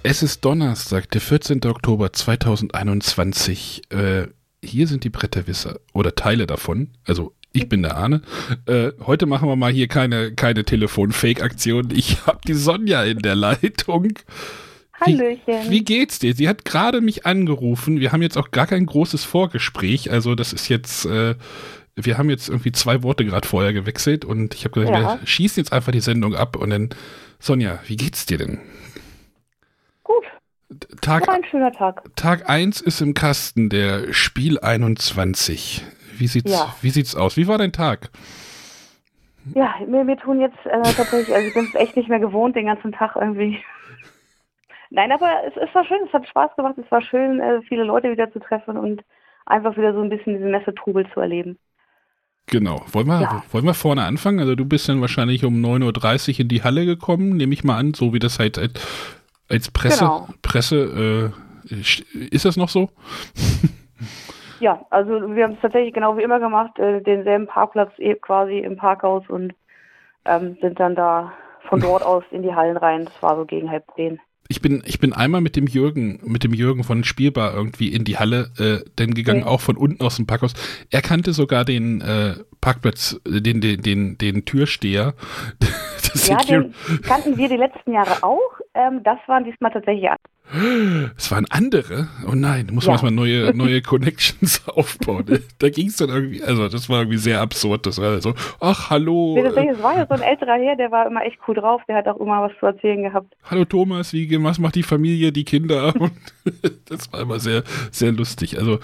Es ist Donnerstag, der 14. Oktober 2021. Hier sind die Bretterwisser oder Teile davon. Also ich bin der Arne. Heute machen wir mal hier keine Telefon-Fake-Aktion. Ich habe die Sonja in der Leitung. Wie Hallöchen. geht's dir? Sie hat gerade mich angerufen. Wir haben jetzt auch gar kein großes Vorgespräch. Also das ist jetzt, wir haben jetzt irgendwie 2 Worte gerade vorher gewechselt und ich habe gesagt, Ja, wir schießen jetzt einfach die Sendung ab und dann, Sonja, wie geht's dir denn? gut. Tag, War ein schöner Tag. Tag 1 ist im Kasten, der Spiel 21. Ja. Wie sieht's aus? Wie war dein Tag? Ja, mir tun jetzt tatsächlich, also ich bin es echt nicht mehr gewohnt, den ganzen Tag irgendwie. Nein, aber es war schön, es hat Spaß gemacht, es war schön, viele Leute wieder zu treffen und einfach wieder so ein bisschen diesen Messetrubel zu erleben. Genau. Ja, Wollen wir vorne anfangen? Also du bist dann wahrscheinlich um 9:30 Uhr in die Halle gekommen, nehme ich mal an, so wie das halt als genau. Presse, ist das noch so? Ja, also wir haben es tatsächlich genau wie immer gemacht, denselben Parkplatz quasi im Parkhaus und sind dann da von dort aus in die Hallen rein. Das war so gegen 9:30. Ich bin einmal mit dem Jürgen von Spielbar irgendwie in die Halle dann gegangen, Mhm. auch von unten aus dem Parkhaus. Er kannte sogar den Parkplatz, den Türsteher. Ja, den kannten wir die letzten Jahre auch. Das waren diesmal tatsächlich an. Es waren andere. Oh nein, da muss man Ja. erstmal neue Connections aufbauen. Da ging es dann irgendwie, also das war irgendwie sehr absurd. Das war so, ach, hallo, Nee, tatsächlich, es war ja so ein älterer Herr, der war immer echt cool drauf, der hat auch immer was zu erzählen gehabt. hallo Thomas, was macht die Familie, die Kinder? Und das war immer sehr, sehr lustig. Also,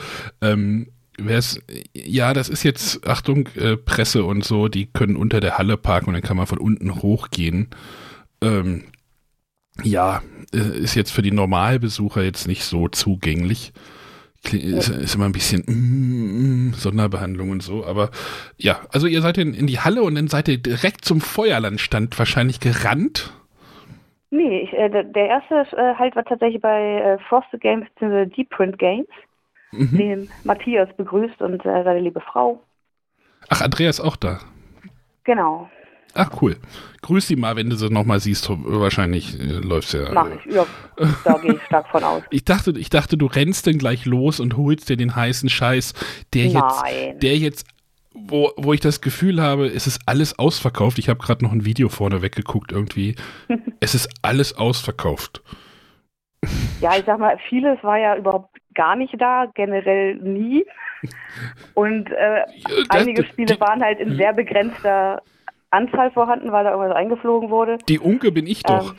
ja, das ist jetzt, Achtung, Presse und so, die können unter der Halle parken und dann kann man von unten hochgehen. Ähm, ja, ist jetzt für die Normalbesucher jetzt nicht so zugänglich. Ist immer ein bisschen Sonderbehandlung und so, aber ja, also ihr seid in die Halle und dann seid ihr direkt zum Feuerlandstand wahrscheinlich gerannt. Nee, der erste halt war tatsächlich bei Frosted Games bzw. Deep Print Games, Mhm. den Matthias begrüßt und seine liebe Frau. Ach, Andreas auch da. Genau, Ach, cool. Grüß sie mal, wenn du sie nochmal siehst. Wahrscheinlich läuft's ja. mache ich. Ja, da gehe ich stark von aus. Ich dachte, du rennst dann gleich los und holst dir den heißen Scheiß, Nein. der jetzt, wo ich das Gefühl habe, es ist alles ausverkauft. Ich habe gerade noch ein Video vorne weggeguckt irgendwie. Es ist alles ausverkauft. Ja, ich sag mal, vieles war ja überhaupt gar nicht da, generell nie. Und einige Spiele waren halt in sehr begrenzter Anzahl vorhanden, weil da irgendwas eingeflogen wurde. Die Unke bin ich doch.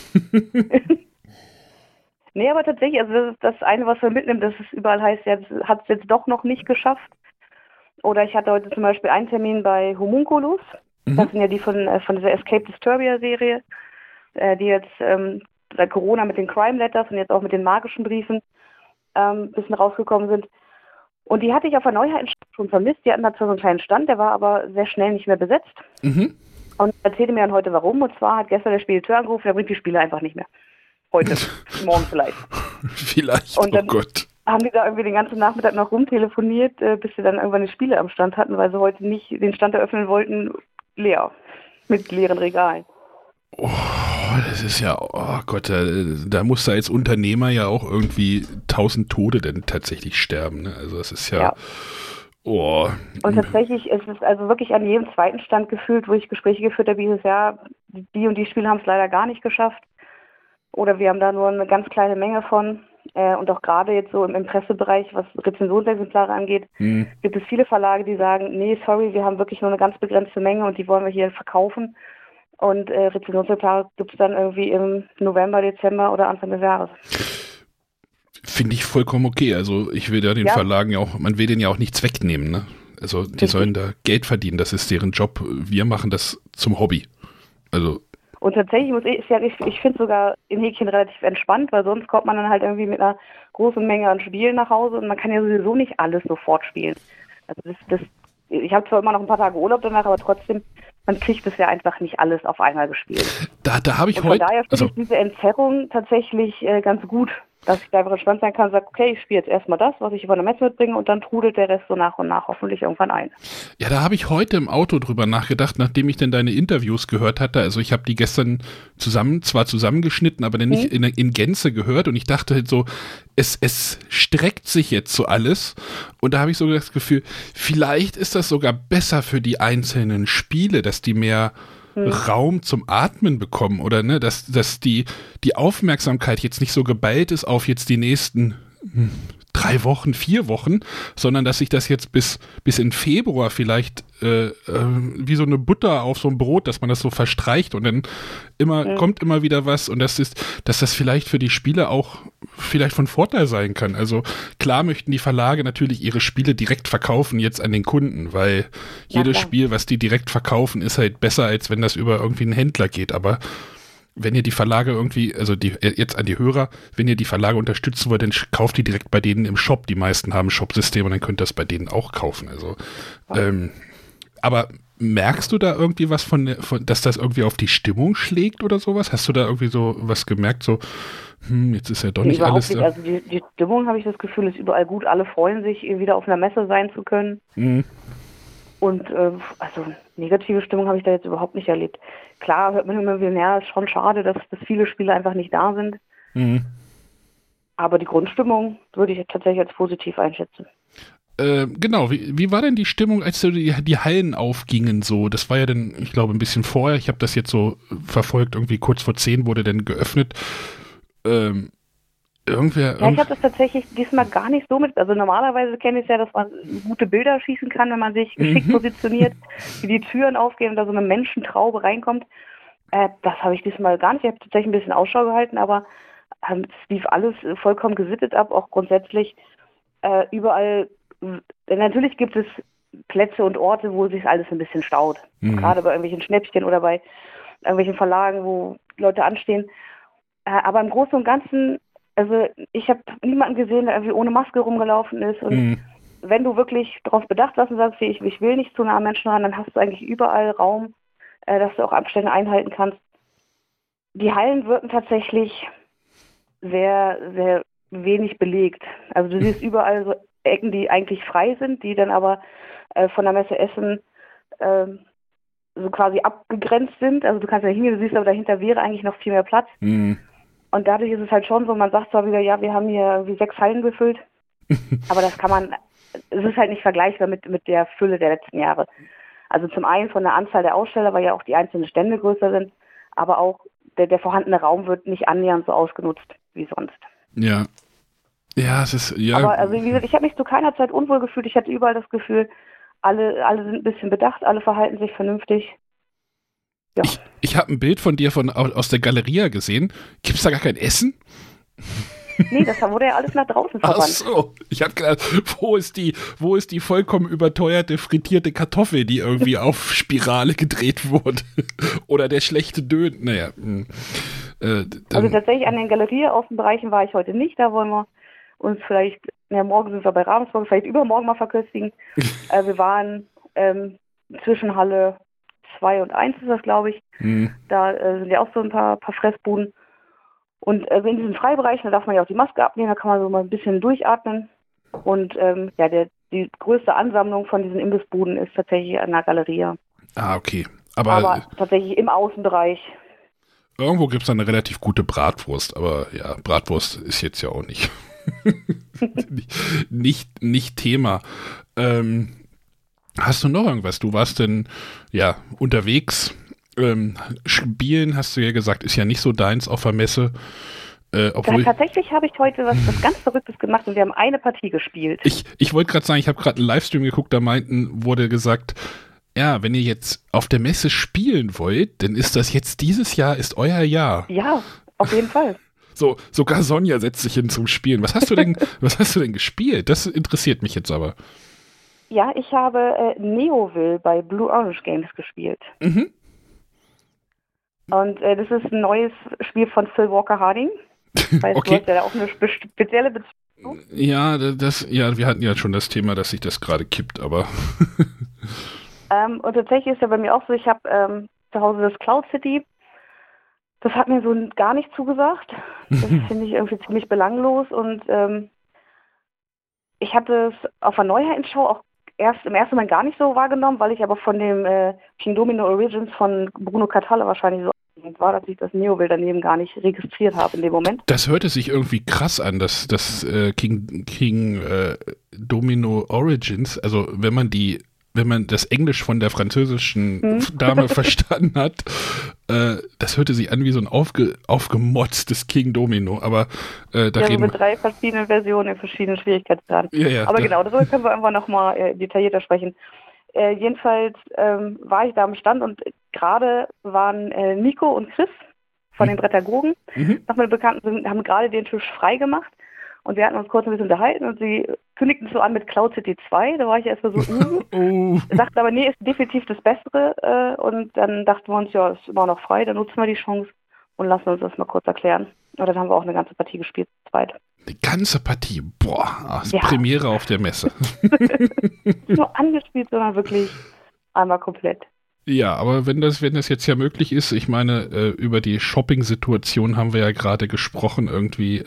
Nee, aber tatsächlich, also das ist das eine, was wir mitnehmen, dass es überall heißt, ja, hat es jetzt doch noch nicht geschafft. Oder ich hatte heute zum Beispiel einen Termin bei Homunculus. Das sind ja die von dieser Escape Disturbia-Serie, die jetzt seit Corona mit den Crime Letters und jetzt auch mit den magischen Briefen ein bisschen rausgekommen sind. Und die hatte ich auf der Neuheit schon vermisst. Die hatten da zwar so einen kleinen Stand, der war aber sehr schnell nicht mehr besetzt. Mhm. Und erzählte mir dann heute warum. Und zwar hat gestern der Spediteur angerufen, der bringt die Spiele einfach nicht mehr. Heute, morgen vielleicht. Vielleicht, Und oh dann Gott. haben die da irgendwie den ganzen Nachmittag noch rumtelefoniert, bis sie dann irgendwann die Spiele am Stand hatten, weil sie heute nicht den Stand eröffnen wollten, leer, mit leeren Regalen. Oh, das ist ja, oh Gott, da muss da als Unternehmer ja auch irgendwie 1000 Tote denn tatsächlich sterben. Ne? Also das ist ja, oh. Und tatsächlich ist es also wirklich an jedem zweiten Stand gefühlt, wo ich Gespräche geführt habe dieses Jahr, die und die Spiele haben es leider gar nicht geschafft. Oder wir haben da nur eine ganz kleine Menge von. Und auch gerade jetzt so im Pressebereich, was Rezensionsexemplare angeht, gibt es viele Verlage, die sagen, nee, sorry, wir haben wirklich nur eine ganz begrenzte Menge und die wollen wir hier verkaufen. Und Rezensionsexemplare gibt es dann irgendwie im November, Dezember oder Anfang des Jahres. Finde ich vollkommen okay. Also ich will ja den Verlagen ja auch, man will denen ja auch nichts wegnehmen. Ne? Also die sollen da Geld verdienen, das ist deren Job. Wir machen das zum Hobby. Also und tatsächlich ich finde es sogar in Häkchen relativ entspannt, weil sonst kommt man dann halt irgendwie mit einer großen Menge an Spielen nach Hause und man kann ja sowieso nicht alles sofort spielen. Also ich habe zwar immer noch ein paar Tage Urlaub danach, aber trotzdem man kriegt es ja einfach nicht alles auf einmal gespielt. Da habe ich und heute... Von daher finde ich diese Entzerrung tatsächlich ganz gut, dass ich da einfach entspannt sein kann und sage, okay, ich spiele jetzt erstmal das, was ich über eine Messe mitbringe und dann trudelt der Rest so nach und nach hoffentlich irgendwann ein. Ja, da habe ich heute im Auto drüber nachgedacht, nachdem ich denn deine Interviews gehört hatte. Also ich habe die gestern zwar zusammengeschnitten, aber dann nicht in Gänze gehört und ich dachte halt so, es streckt sich jetzt so alles und da habe ich so das Gefühl, vielleicht ist das sogar besser für die einzelnen Spiele, dass die mehr Raum zum Atmen bekommen oder ne, dass die Aufmerksamkeit jetzt nicht so geballt ist auf jetzt die nächsten 3 Wochen, 4 Wochen, sondern dass sich das jetzt bis in Februar vielleicht wie so eine Butter auf so ein Brot, dass man das so verstreicht und dann kommt immer wieder was und dass das vielleicht für die Spiele auch vielleicht von Vorteil sein kann. Also klar möchten die Verlage natürlich ihre Spiele direkt verkaufen jetzt an den Kunden, weil jedes Spiel, was die direkt verkaufen, ist halt besser, als wenn das über irgendwie einen Händler geht, aber wenn ihr die Verlage irgendwie, also jetzt an die Hörer, wenn ihr die Verlage unterstützen wollt, dann kauft die direkt bei denen im Shop. Die meisten haben Shop-Systeme und dann könnt ihr das bei denen auch kaufen. Also, aber merkst du da irgendwie was dass das irgendwie auf die Stimmung schlägt oder sowas? Hast du da irgendwie so was gemerkt, so, jetzt ist ja doch nicht alles... Nicht. Also die Stimmung, habe ich das Gefühl, ist überall gut. Alle freuen sich, wieder auf einer Messe sein zu können. Und also negative Stimmung habe ich da jetzt überhaupt nicht erlebt. Klar hört man immer wieder, ja, ist schon schade, dass viele Spiele einfach nicht da sind. Aber die Grundstimmung würde ich tatsächlich als positiv einschätzen. Genau, wie war denn die Stimmung, als die Hallen aufgingen so? Das war ja dann, ich glaube, ein bisschen vorher. Ich habe das jetzt so verfolgt, irgendwie kurz vor 10 wurde dann geöffnet. Ich habe das tatsächlich diesmal gar nicht so mit, also normalerweise kenne ich es ja, dass man gute Bilder schießen kann, wenn man sich geschickt positioniert, wie die Türen aufgehen und da so eine Menschentraube reinkommt. Das habe ich diesmal gar nicht. Ich habe tatsächlich ein bisschen Ausschau gehalten, aber es lief alles vollkommen gesittet ab, auch grundsätzlich überall. Natürlich gibt es Plätze und Orte, wo sich alles ein bisschen staut. Gerade bei irgendwelchen Schnäppchen oder bei irgendwelchen Verlagen, wo Leute anstehen. Aber im Großen und Ganzen, also ich habe niemanden gesehen, der irgendwie ohne Maske rumgelaufen ist. Und wenn du wirklich darauf bedacht warst und sagst, ich will nicht zu nah an Menschen ran, dann hast du eigentlich überall Raum, dass du auch Abstände einhalten kannst. Die Hallen wirken tatsächlich sehr, sehr wenig belegt. Also du siehst überall so Ecken, die eigentlich frei sind, die dann aber von der Messe Essen so quasi abgegrenzt sind. Also du kannst ja hingehen, du siehst aber dahinter wäre eigentlich noch viel mehr Platz. Und dadurch ist es halt schon so, man sagt zwar wieder, ja, wir haben hier irgendwie 6 Hallen gefüllt, aber es ist halt nicht vergleichbar mit der Fülle der letzten Jahre. Also zum einen von der Anzahl der Aussteller, weil ja auch die einzelnen Stände größer sind, aber auch der vorhandene Raum wird nicht annähernd so ausgenutzt wie sonst. Ja. Ja, es ist, ja. Aber also wie gesagt, ich habe mich zu keiner Zeit unwohl gefühlt. Ich hatte überall das Gefühl, alle sind ein bisschen bedacht, alle verhalten sich vernünftig. Ja. Ich habe ein Bild von dir aus der Galeria gesehen. Gibt es da gar kein Essen? Nee, das wurde ja alles nach draußen verbannt. Ach so, ich habe gedacht, wo ist die vollkommen überteuerte frittierte Kartoffel, die irgendwie auf Spirale gedreht wurde? Oder der schlechte Döner? Naja. Also tatsächlich an den Galerie-Außenbereichen war ich heute nicht. Da wollen wir uns vielleicht, morgen sind wir bei Ravensburg, vielleicht übermorgen mal verköstigen. Wir waren zwischen Halle 2 und 1 ist das, glaube ich. Da sind ja auch so ein paar Fressbuden. Und in diesen Freibereichen, da darf man ja auch die Maske abnehmen, da kann man so mal ein bisschen durchatmen. Und die größte Ansammlung von diesen Imbissbuden ist tatsächlich an der Galerie. Ah, okay. Aber tatsächlich im Außenbereich. Irgendwo gibt es eine relativ gute Bratwurst, aber ja, Bratwurst ist jetzt ja auch nicht, nicht Thema. Hast du noch irgendwas? Du warst denn ja unterwegs. Spielen, hast du ja gesagt, ist ja nicht so deins auf der Messe. Tatsächlich habe ich heute was ganz Verrücktes gemacht und wir haben eine Partie gespielt. Ich wollte gerade sagen, ich habe gerade einen Livestream geguckt, da wurde gesagt, ja, wenn ihr jetzt auf der Messe spielen wollt, dann ist das jetzt dieses Jahr, ist euer Jahr. Ja, auf jeden Fall. So, sogar Sonja setzt sich hin zum Spielen. Was hast du denn gespielt? Das interessiert mich jetzt aber. Ja, ich habe Neoville bei Blue Orange Games gespielt. Und das ist ein neues Spiel von Phil Walker Harding. Weil okay. Du hast ja auch eine spezielle Beziehung. Ja, wir hatten ja schon das Thema, dass sich das gerade kippt, aber Und tatsächlich ist ja bei mir auch so, ich habe zu Hause das Cloud City. Das hat mir so gar nicht zugesagt. Das finde ich irgendwie ziemlich belanglos. Und ich hatte es auf der Neuheitenschau auch erst im ersten Moment gar nicht so wahrgenommen, weil ich aber von dem King Domino Origins von Bruno Cathala wahrscheinlich so war, dass ich das Neobild daneben gar nicht registriert habe in dem Moment. Das hörte sich irgendwie krass an, dass das King Domino Origins, also wenn man das Englisch von der französischen Dame verstanden hat, das hörte sich an wie so ein aufgemotztes King Domino, aber da reden mit 3 verschiedenen Versionen in verschiedenen Schwierigkeitsgraden. Ja, aber genau, darüber können wir einfach nochmal detaillierter sprechen. Jedenfalls war ich da am Stand und gerade waren Nico und Chris von den Brettagogen, noch meine Bekannten, haben gerade den Tisch frei gemacht und wir hatten uns kurz ein bisschen unterhalten und sie kündigten so an mit Cloud City 2, da war ich erstmal so, sagten aber, nee, ist definitiv das Bessere und dann dachten wir uns, ja, ist immer noch frei, dann nutzen wir die Chance und lassen uns das mal kurz erklären. Und dann haben wir auch eine ganze Partie gespielt, zu zweit. Eine ganze Partie? Boah, das ist Premiere auf der Messe. Nicht nur angespielt, sondern wirklich einmal komplett. Ja, aber wenn das jetzt ja möglich ist, ich meine, über die Shopping-Situation haben wir ja gerade gesprochen, irgendwie,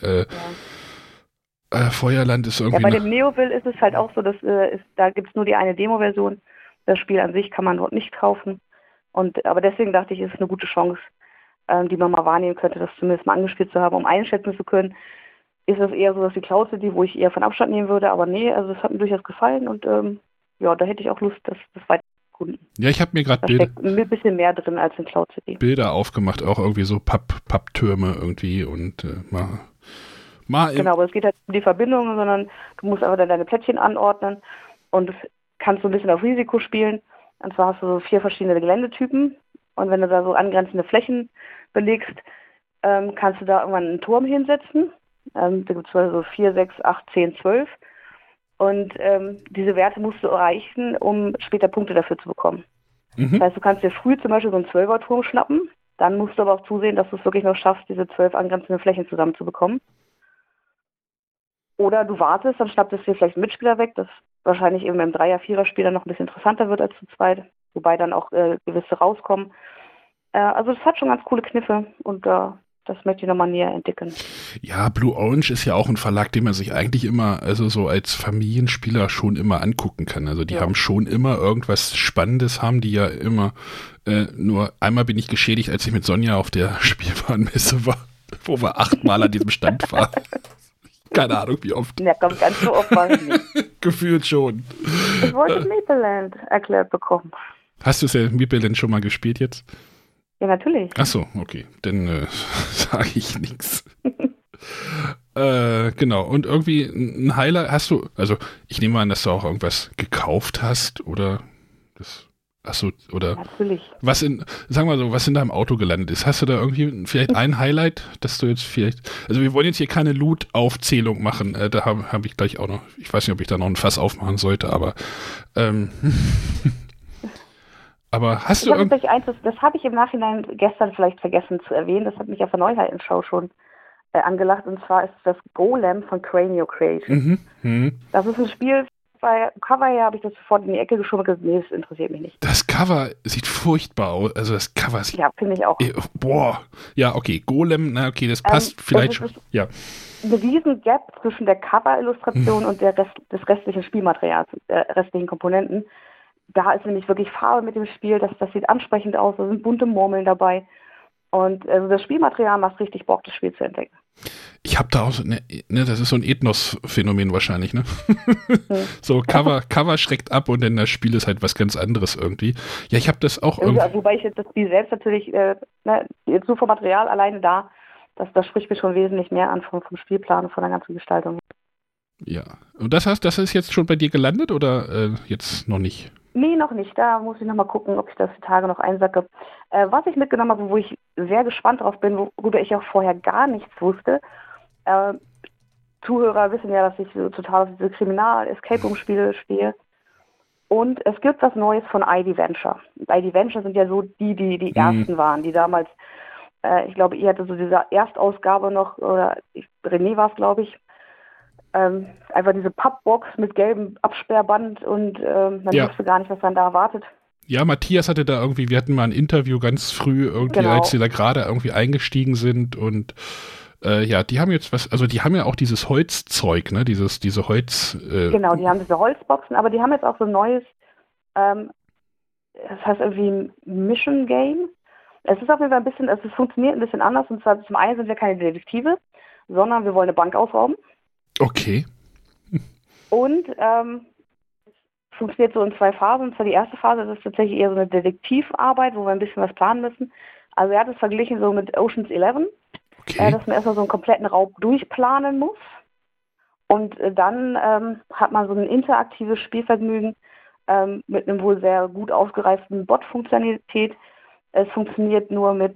Feuerland ist irgendwie... Ja, bei dem Neoville ist es halt auch so, dass da gibt es nur die eine Demo-Version. Das Spiel an sich kann man dort nicht kaufen. Aber deswegen dachte ich, es ist eine gute Chance, die man mal wahrnehmen könnte, das zumindest mal angespielt zu haben, um einschätzen zu können, ist es eher so, dass die Cloud City, wo ich eher von Abstand nehmen würde, aber nee, also es hat mir durchaus gefallen und da hätte ich auch Lust, das weiter zu erkunden. Ja, ich habe mir gerade steckt ein bisschen mehr drin als in Cloud City. Bilder aufgemacht, auch irgendwie so Papptürme irgendwie und mal genau, aber es geht halt um die Verbindungen, sondern du musst einfach dann deine Plättchen anordnen und kannst so ein bisschen auf Risiko spielen. Und zwar hast du so 4 verschiedene Geländetypen und wenn du da so angrenzende Flächen belegst, kannst du da irgendwann einen Turm hinsetzen. Da gibt es so 4, 6, 8, 10, 12. Und diese Werte musst du erreichen, um später Punkte dafür zu bekommen. Das heißt, du kannst dir früh zum Beispiel so einen 12er-Turm schnappen. Dann musst du aber auch zusehen, dass du es wirklich noch schaffst, diese 12 angrenzenden Flächen zusammenzubekommen. Oder du wartest, dann schnappt es dir vielleicht einen Mitspieler weg, das wahrscheinlich eben im 3er-, 4er-Spieler noch ein bisschen interessanter wird als zu zweit. Wobei dann auch gewisse rauskommen. Also das hat schon ganz coole Kniffe und das möchte ich nochmal näher entdecken. Ja, Blue Orange ist ja auch ein Verlag, den man sich eigentlich immer, also so als Familienspieler schon immer angucken kann. Also die haben schon immer irgendwas Spannendes, haben die ja immer. Nur einmal bin ich geschädigt, als ich mit Sonja auf der Spielwarenmesse war, wo wir 8-mal an diesem Stand waren. Keine Ahnung, wie oft. Ja, komm, ganz so oft war ich nicht. Gefühlt schon. Ich wollte Meepleland erklärt bekommen. Hast du es ja Meepleland schon mal gespielt jetzt? Ja, natürlich. Ach so, okay. Dann sage ich nichts. Genau. Und irgendwie ein Highlight hast du, also ich nehme an, dass du auch irgendwas gekauft hast oder das... Achso, oder natürlich. Sagen wir mal so, was in deinem Auto gelandet ist. Hast du da irgendwie vielleicht ein Highlight, dass du jetzt vielleicht, also wir wollen jetzt hier keine Loot-Aufzählung machen, da hab ich gleich auch noch, ich weiß nicht, ob ich da noch ein Fass aufmachen sollte, aber aber hast du das habe ich im Nachhinein gestern vielleicht vergessen zu erwähnen, das hat mich auf der Neuheitenschau schon angelacht, und zwar ist das Golem von Cranio Creation. Das ist ein Spiel, bei Cover her habe ich das sofort in die Ecke geschoben und gesagt, nee, das interessiert mich nicht. Das Cover sieht furchtbar aus. Also das Cover sieht... Ja, finde ich auch. Boah. Ja, okay. Golem, na okay, das passt vielleicht schon. Ja. Ein riesen Gap zwischen der Cover-Illustration und des restlichen Spielmaterials, restlichen Komponenten. Da ist nämlich wirklich Farbe mit dem Spiel. Das sieht ansprechend aus. Da sind bunte Murmeln dabei. Und also das Spielmaterial macht richtig Bock, das Spiel zu entdecken. Ich habe da auch so, das ist so ein Ethnos-Phänomen wahrscheinlich, ne? So Cover schreckt ab und dann das Spiel ist halt was ganz anderes irgendwie. Ja, ich habe das auch irgendwie... Wobei ich jetzt das Spiel selbst natürlich, jetzt nur vom Material alleine da, das spricht mir schon wesentlich mehr an vom Spielplan und von der ganzen Gestaltung. Ja, und das heißt, das ist jetzt schon bei dir gelandet oder jetzt noch nicht? Nee, noch nicht. Da muss ich nochmal gucken, ob ich das die Tage noch einsacke. Was ich mitgenommen habe, wo ich sehr gespannt drauf bin, worüber ich auch vorher gar nichts wusste. Zuhörer wissen ja, dass ich so total auf diese Kriminal-Escape-Room-Spiele stehe. Und es gibt was Neues von ID Venture. ID Venture sind ja so die ersten waren, die damals, ich glaube, ihr hatte so diese Erstausgabe noch, oder René war es, glaube ich, einfach diese Pappbox mit gelbem Absperrband und man wusste gar nicht, was dann da erwartet. Ja, Matthias hatte da irgendwie, wir hatten mal ein Interview ganz früh irgendwie, Genau. als sie da gerade irgendwie eingestiegen sind und ja, die haben jetzt was, also die haben ja auch dieses Holzzeug, ne, diese Holz. Genau, die haben diese Holzboxen, aber die haben jetzt auch so ein neues, das heißt irgendwie Mission Game. Es ist auf jeden Fall ein bisschen, es funktioniert ein bisschen anders. Und zwar zum einen sind wir keine Detektive, sondern wir wollen eine Bank ausrauben. Okay. Und funktioniert so in 2 Phasen. Und zwar die erste Phase, das ist tatsächlich eher so eine Detektivarbeit, wo wir ein bisschen was planen müssen. Also er hat es verglichen so mit Ocean's 11, Okay. dass man erstmal so einen kompletten Raub durchplanen muss. Und dann hat man so ein interaktives Spielvergnügen mit einem wohl sehr gut ausgereiften Bot-Funktionalität. Es funktioniert nur mit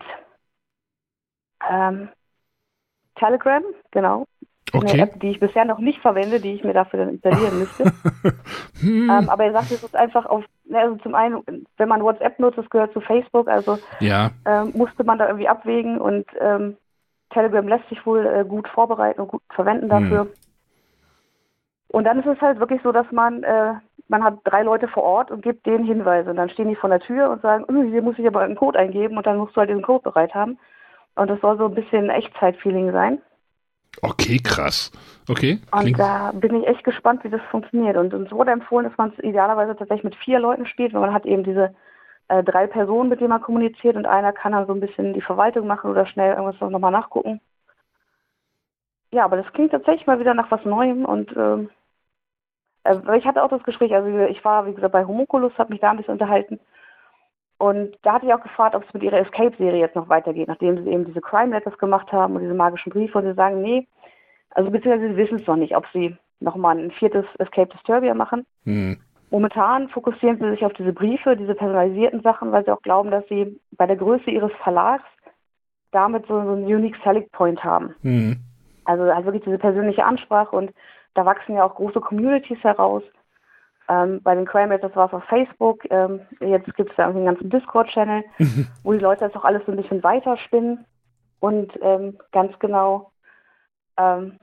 Telegram, genau. Okay. Eine App, die ich bisher noch nicht verwende, die ich mir dafür dann installieren müsste. Aber er sagt, es ist einfach also zum einen, wenn man WhatsApp nutzt, das gehört zu Facebook, also Ja. musste man da irgendwie abwägen und Telegram lässt sich wohl gut vorbereiten und gut verwenden dafür. Und dann ist es halt wirklich so, dass man hat 3 Leute vor Ort und gibt denen Hinweise. Und dann stehen die vor der Tür und sagen, hier muss ich aber einen Code eingeben und dann musst du halt diesen Code bereit haben. Und das soll so ein bisschen Echtzeit-Feeling sein. Okay, krass. Okay. Und da bin ich echt gespannt, wie das funktioniert. Und uns wurde empfohlen, dass man es idealerweise tatsächlich mit 4 Leuten spielt, weil man hat eben diese 3 Personen, mit denen man kommuniziert und einer kann dann so ein bisschen die Verwaltung machen oder schnell irgendwas nochmal nachgucken. Ja, aber das klingt tatsächlich mal wieder nach was Neuem und ich hatte auch das Gespräch, also ich war, wie gesagt, bei Homunculus, habe mich da ein bisschen unterhalten und da hatte ich auch gefragt, ob es mit ihrer Escape-Serie jetzt noch weitergeht, nachdem sie eben diese Crime Letters gemacht haben und diese magischen Briefe und sie sagen, nee, also beziehungsweise sie wissen es noch nicht, ob sie nochmal ein 4. Escape Disturbia machen. Momentan fokussieren sie sich auf diese Briefe, diese personalisierten Sachen, weil sie auch glauben, dass sie bei der Größe ihres Verlags damit so einen Unique Selling Point haben. Also halt wirklich diese persönliche Ansprache und da wachsen ja auch große Communities heraus. Bei den Crime Rates, das war es auf Facebook. Jetzt gibt es da einen ganzen Discord-Channel, wo die Leute das auch alles so ein bisschen weiterspinnen und ganz genau dann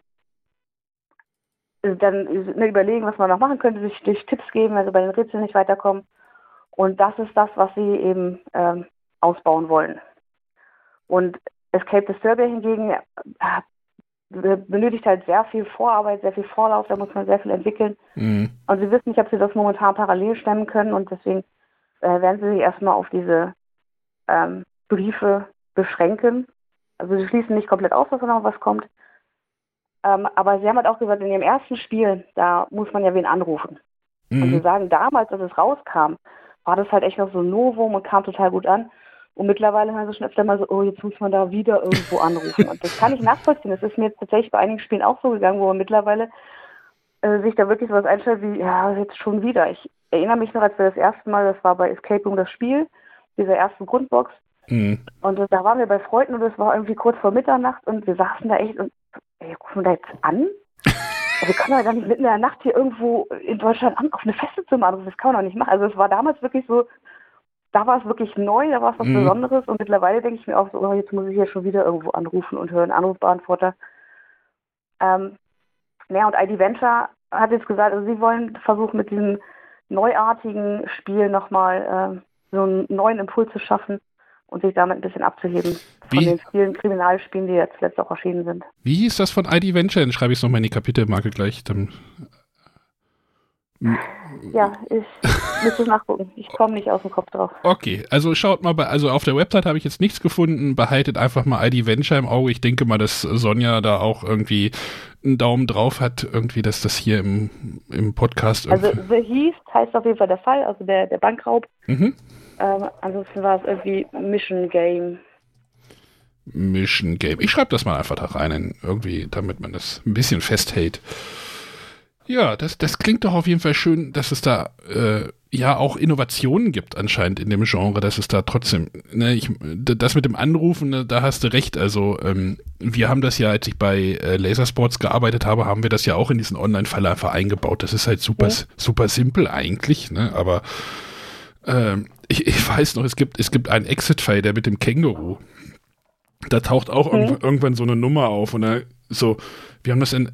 überlegen, was man noch machen könnte, sich durch Tipps geben, also bei den Rätseln nicht weiterkommen. Und das ist das, was sie eben ausbauen wollen. Und Escape Disturbia hingegen benötigt halt sehr viel Vorarbeit, sehr viel Vorlauf, da muss man sehr viel entwickeln. Und sie wissen nicht, ob sie das momentan parallel stemmen können und deswegen werden sie sich erstmal auf diese Briefe beschränken. Also sie schließen nicht komplett aus, dass da noch was kommt. Aber sie haben halt auch gesagt, in ihrem ersten Spiel, da muss man ja wen anrufen. Und sie sagen, damals, als es rauskam, war das halt echt noch so ein Novum und kam total gut an. Und mittlerweile hören sie schon öfter mal so, oh, jetzt muss man da wieder irgendwo anrufen. Und das kann ich nachvollziehen. Das ist mir jetzt tatsächlich bei einigen Spielen auch so gegangen, wo man mittlerweile sich da wirklich sowas einstellt wie, ja, jetzt schon wieder. Ich erinnere mich noch, als wir das erste Mal, das war bei Escape Room das Spiel, dieser ersten Grundbox. Und da waren wir bei Freunden und es war irgendwie kurz vor Mitternacht und wir saßen da echt und, rufen wir da jetzt an? Wir können ja gar nicht mitten in der Nacht hier irgendwo in Deutschland auf eine Festzimmer anrufen. Das kann man doch nicht machen. Also es war damals wirklich so, da war es wirklich neu, da war es was Besonderes und mittlerweile denke ich mir auch so, oh, jetzt muss ich hier schon wieder irgendwo anrufen und hören Anrufbeantworter. Und ID Venture hat jetzt gesagt, also sie wollen versuchen mit diesem neuartigen Spiel nochmal so einen neuen Impuls zu schaffen und sich damit ein bisschen abzuheben von den vielen Kriminalspielen, die jetzt letztes auch erschienen sind. Wie hieß das von ID Venture? Dann schreibe ich es nochmal in die Kapitelmarke gleich. Dann ja, ich müsste nachgucken. Ich komme nicht aus dem Kopf drauf. Okay, also schaut mal, also auf der Website habe ich jetzt nichts gefunden. Behaltet einfach mal ID Venture im Auge. Ich denke mal, dass Sonja da auch irgendwie einen Daumen drauf hat, irgendwie, dass das hier im Podcast irgendwie. Also The Heist heißt auf jeden Fall der Fall, also der Bankraub. Ansonsten war es irgendwie Mission Game. Mission Game. Ich schreibe das mal einfach da rein, irgendwie, damit man das ein bisschen festhält. Ja, das klingt doch auf jeden Fall schön, dass es da ja auch Innovationen gibt anscheinend in dem Genre, dass es da trotzdem, ne, das mit dem Anrufen, ne, da hast du recht, also wir haben das ja, als ich bei Lasersports gearbeitet habe, haben wir das ja auch in diesen Online-Fall einfach eingebaut. Das ist halt super simpel eigentlich, ne, aber ich weiß noch, es gibt einen Exit-File, der mit dem Känguru, da taucht auch irgendwann so eine Nummer auf und da so, wir haben das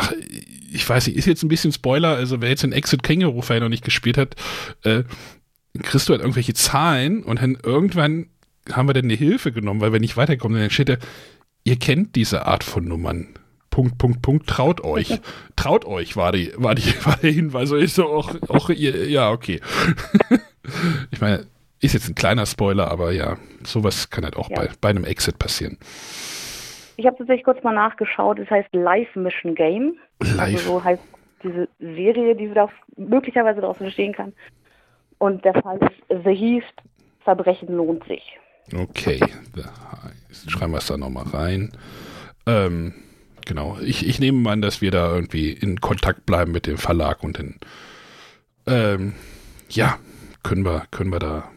ich weiß nicht, ist jetzt ein bisschen Spoiler, also wer jetzt den Exit Känguru-File noch nicht gespielt hat, kriegst du halt irgendwelche Zahlen und dann irgendwann haben wir dann eine Hilfe genommen, weil wir nicht weiterkommen. Und dann steht da, ihr kennt diese Art von Nummern. Punkt, traut euch. Traut euch war der Hinweis. Also ich so, auch ihr, ja, okay. Ich meine, ist jetzt ein kleiner Spoiler, aber ja, sowas kann halt auch bei einem Exit passieren. Ich habe tatsächlich kurz mal nachgeschaut, es heißt Live Mission Game. Live. Also so heißt diese Serie, die möglicherweise daraus entstehen kann. Und der Fall ist The Heist, Verbrechen lohnt sich. Okay, schreiben wir es da nochmal rein. Genau, ich nehme mal an, dass wir da irgendwie in Kontakt bleiben mit dem Verlag und dann, können wir da.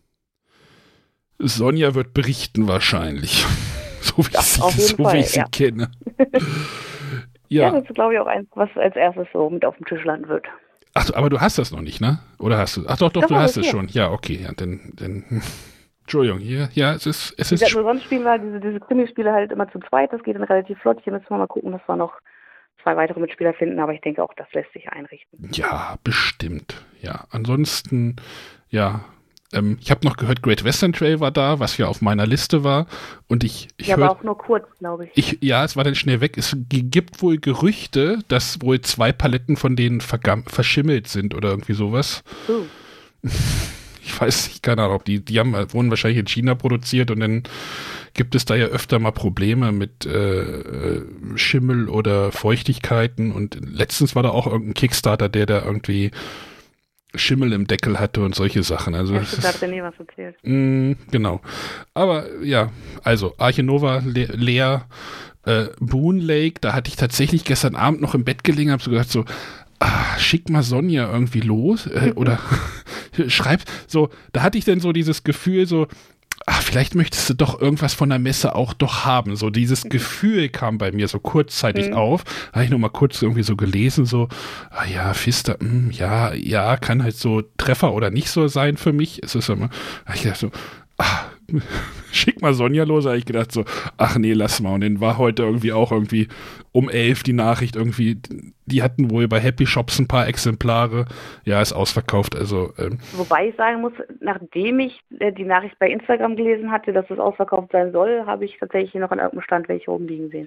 Sonja wird berichten wahrscheinlich, so wie ich sie kenne. Ja, das ist, glaube ich, auch eins, was als erstes so mit auf dem Tisch landen wird. Ach, aber du hast das noch nicht, ne? Oder hast du? Ach doch, du hast es schon. Ja, okay, ja, dann Entschuldigung, ja, es ist. Sonst spielen wir diese Krimispiele halt immer zu zweit, das geht dann relativ flott. Hier müssen wir mal gucken, dass wir noch 2 weitere Mitspieler finden, aber ich denke auch, das lässt sich einrichten. Ja, bestimmt. Ja, ansonsten, ja. Ich habe noch gehört, Great Western Trail war da, was ja auf meiner Liste war. Und ich aber auch nur kurz, glaube ich. Ja, es war dann schnell weg. Es gibt wohl Gerüchte, dass wohl 2 Paletten von denen verschimmelt sind oder irgendwie sowas. Ich weiß nicht, keine Ahnung, die wurden wahrscheinlich in China produziert und dann gibt es da ja öfter mal Probleme mit Schimmel oder Feuchtigkeiten und letztens war da auch irgendein Kickstarter, der da irgendwie Schimmel im Deckel hatte und solche Sachen. Also das ist da nie was erzählt. Genau. Aber ja, also Arche Nova, Leer, Boon Lake, da hatte ich tatsächlich gestern Abend noch im Bett gelegen, habe so gedacht so, schick mal Sonja irgendwie los oder schreib so, da hatte ich dann so dieses Gefühl so, vielleicht möchtest du doch irgendwas von der Messe auch doch haben. So dieses Gefühl kam bei mir so kurzzeitig auf. Da habe ich noch mal kurz irgendwie so gelesen, so, ja, Pfister, ja, kann halt so Treffer oder nicht so sein für mich. Es ist immer, ich dachte so, schick mal Sonja los, habe ich gedacht so, ach nee, lass mal. Und dann war heute irgendwie um 11 die Nachricht irgendwie, die hatten wohl bei Happy Shops ein paar Exemplare, ja, ist ausverkauft, also. Wobei ich sagen muss, nachdem ich die Nachricht bei Instagram gelesen hatte, dass es ausverkauft sein soll, habe ich tatsächlich noch an irgendeinem Stand welche rumliegen sehen.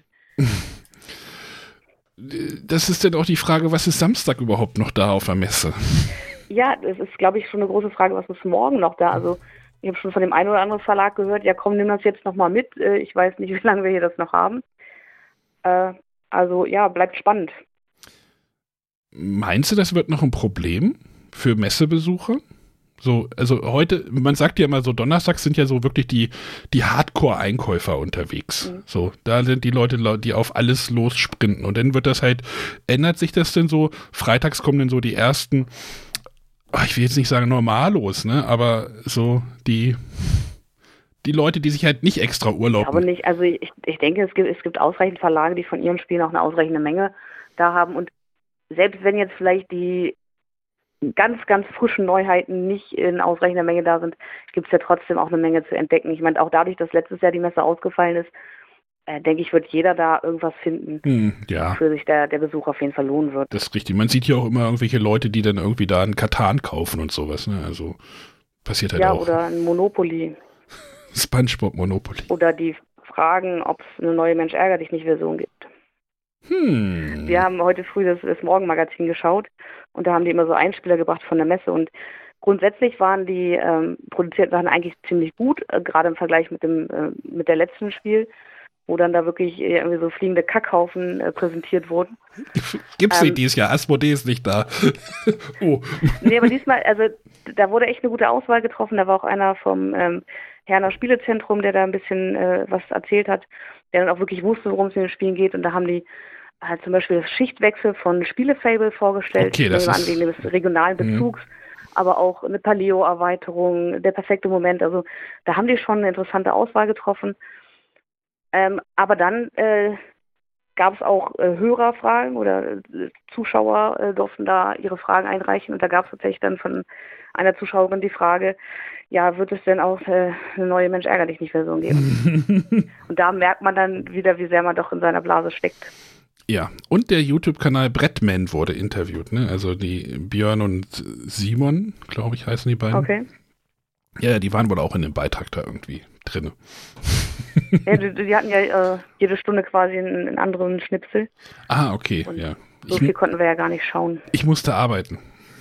Das ist dann auch die Frage, was ist Samstag überhaupt noch da auf der Messe? Ja, das ist, glaube ich, schon eine große Frage, was ist morgen noch da, also ich habe schon von dem einen oder anderen Verlag gehört, ja komm, nimm das jetzt nochmal mit. Ich weiß nicht, wie lange wir hier das noch haben. Also ja, bleibt spannend. Meinst du, das wird noch ein Problem für Messebesucher? So, also heute, man sagt ja immer so, donnerstags sind ja so wirklich die Hardcore-Einkäufer unterwegs. So, da sind die Leute, die auf alles lossprinten. Und dann wird das halt, ändert sich das denn so? Freitags kommen dann so die ersten, ich will jetzt nicht sagen Normalos, ne, aber so die Leute, die sich halt nicht extra Urlaub. Aber nicht, also ich denke, es gibt ausreichend Verlage, die von ihren Spielen auch eine ausreichende Menge da haben und selbst wenn jetzt vielleicht die ganz, ganz frischen Neuheiten nicht in ausreichender Menge da sind, gibt es ja trotzdem auch eine Menge zu entdecken. Ich meine, auch dadurch, dass letztes Jahr die Messe ausgefallen ist, denke ich, wird jeder da irgendwas finden, für sich der Besuch auf jeden Fall lohnen wird. Das ist richtig. Man sieht ja auch immer irgendwelche Leute, die dann irgendwie da einen Katan kaufen und sowas. Ne? Also passiert halt auch. Ja, oder ein Monopoly. SpongeBob Monopoly. Oder die fragen, ob es eine neue Mensch-ärger-dich-nicht-Version gibt. Wir haben heute früh das Morgenmagazin geschaut und da haben die immer so Einspieler gebracht von der Messe und grundsätzlich waren die produzierten Sachen eigentlich ziemlich gut, gerade im Vergleich mit der letzten Spiel, wo dann da wirklich irgendwie so fliegende Kackhaufen präsentiert wurden. Gibt's nicht dieses Jahr? Asmodee ist nicht da. Oh. Nee, aber diesmal, also da wurde echt eine gute Auswahl getroffen. Da war auch einer vom Herner Spielezentrum, der da ein bisschen was erzählt hat, der dann auch wirklich wusste, worum es in den Spielen geht. Und da haben die halt zum Beispiel das Schichtwechsel von Spielefable vorgestellt, okay, das ist wegen des regionalen Bezugs, aber auch eine Paleo-Erweiterung, der perfekte Moment. Also da haben die schon eine interessante Auswahl getroffen. Aber dann gab es auch Hörerfragen oder Zuschauer durften da ihre Fragen einreichen und da gab es tatsächlich dann von einer Zuschauerin die Frage, ja, wird es denn auch eine neue Mensch-ärger-dich-nicht-Version geben? Und da merkt man dann wieder, wie sehr man doch in seiner Blase steckt. Ja, und der YouTube-Kanal Brettman wurde interviewt, ne? Also die Björn und Simon, glaube ich, heißen die beiden. Okay. Ja, die waren wohl auch in dem Beitrag da irgendwie drin. Ja, die hatten ja jede Stunde quasi einen anderen Schnipsel. Ah, okay, Und ja. so viel konnten wir ja gar nicht schauen. Ich musste arbeiten.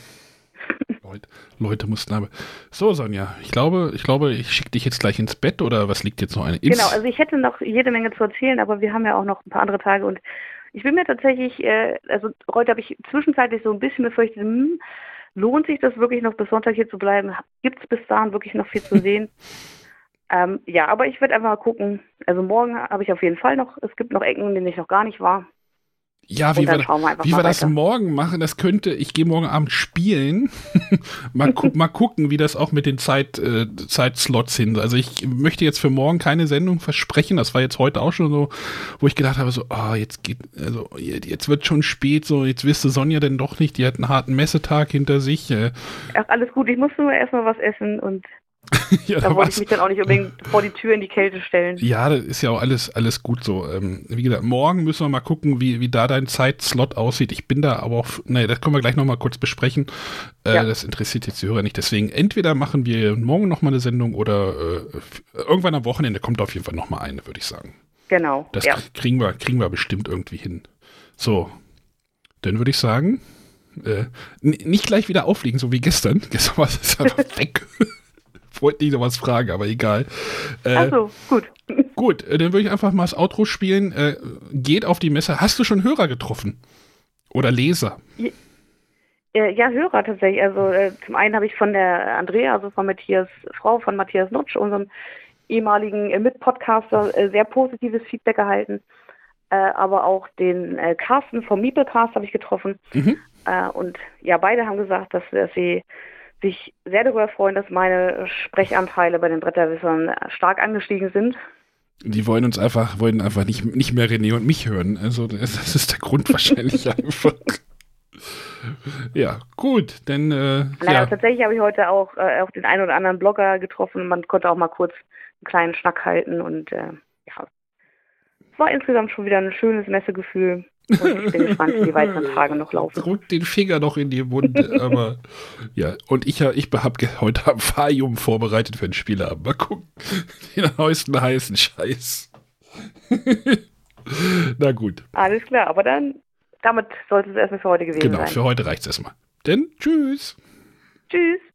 Leute mussten arbeiten. So, Sonja, ich glaube, ich schicke dich jetzt gleich ins Bett oder was liegt jetzt noch eine? Genau, also ich hätte noch jede Menge zu erzählen, aber wir haben ja auch noch ein paar andere Tage und ich bin mir tatsächlich, also heute habe ich zwischenzeitlich so ein bisschen befürchtet, lohnt sich das wirklich noch bis Sonntag hier zu bleiben? Gibt es bis dahin wirklich noch viel zu sehen? Ja, aber ich werde einfach mal gucken. Also morgen habe ich auf jeden Fall noch, es gibt noch Ecken, in denen ich noch gar nicht war. Ja, wie wir das morgen machen, das könnte, ich gehe morgen Abend spielen. mal gucken, wie das auch mit den Zeitslots hin. Also ich möchte jetzt für morgen keine Sendung versprechen. Das war jetzt heute auch schon so, wo ich gedacht habe, so, jetzt wird schon spät, so, jetzt wirst du Sonja denn doch nicht, die hat einen harten Messetag hinter sich. Ach, alles gut, ich muss nur erstmal was essen und ja, da wollte ich mich dann auch nicht unbedingt vor die Tür in die Kälte stellen. Ja, das ist ja auch alles gut so. Wie gesagt, morgen müssen wir mal gucken, wie da dein Zeitslot aussieht. Ich bin da aber auch, das können wir gleich nochmal kurz besprechen. Ja. Das interessiert jetzt die Hörer nicht. Deswegen entweder machen wir morgen nochmal eine Sendung oder irgendwann am Wochenende kommt auf jeden Fall nochmal eine, würde ich sagen. Genau. Das kriegen wir bestimmt irgendwie hin. So, dann würde ich sagen, nicht gleich wieder auffliegen, so wie gestern. Gestern war es einfach weg. Wollte nicht noch was fragen, aber egal. Achso, gut. Gut, dann würde ich einfach mal das Outro spielen. Geht auf die Messe. Hast du schon Hörer getroffen? Oder Leser? Ja, Hörer tatsächlich. Also zum einen habe ich von der Andrea, also von Frau von Matthias Nutsch, unserem ehemaligen Mitpodcaster, sehr positives Feedback erhalten. Aber auch den Carsten vom Meeplecast habe ich getroffen. Mhm. Und ja, beide haben gesagt, dass sie sich sehr darüber freuen, dass meine Sprechanteile bei den Bretterwissern stark angestiegen sind. Die wollten einfach nicht mehr René und mich hören. Also das ist der Grund wahrscheinlich einfach. Ja, gut, dann tatsächlich habe ich heute auch den einen oder anderen Blogger getroffen. Man konnte auch mal kurz einen kleinen Schnack halten und es war insgesamt schon wieder ein schönes Messegefühl. Und ich bin gespannt, wie die weiteren Tage noch laufen. Drück den Finger noch in die Wunde, aber ja. Und ich habe heute am Farium vorbereitet für den Spieleabend. Mal gucken, den neuesten heißen Scheiß. Na gut. Alles klar, aber damit sollte es erstmal für heute gewesen sein. Genau, für heute reicht es erstmal. Denn tschüss. Tschüss.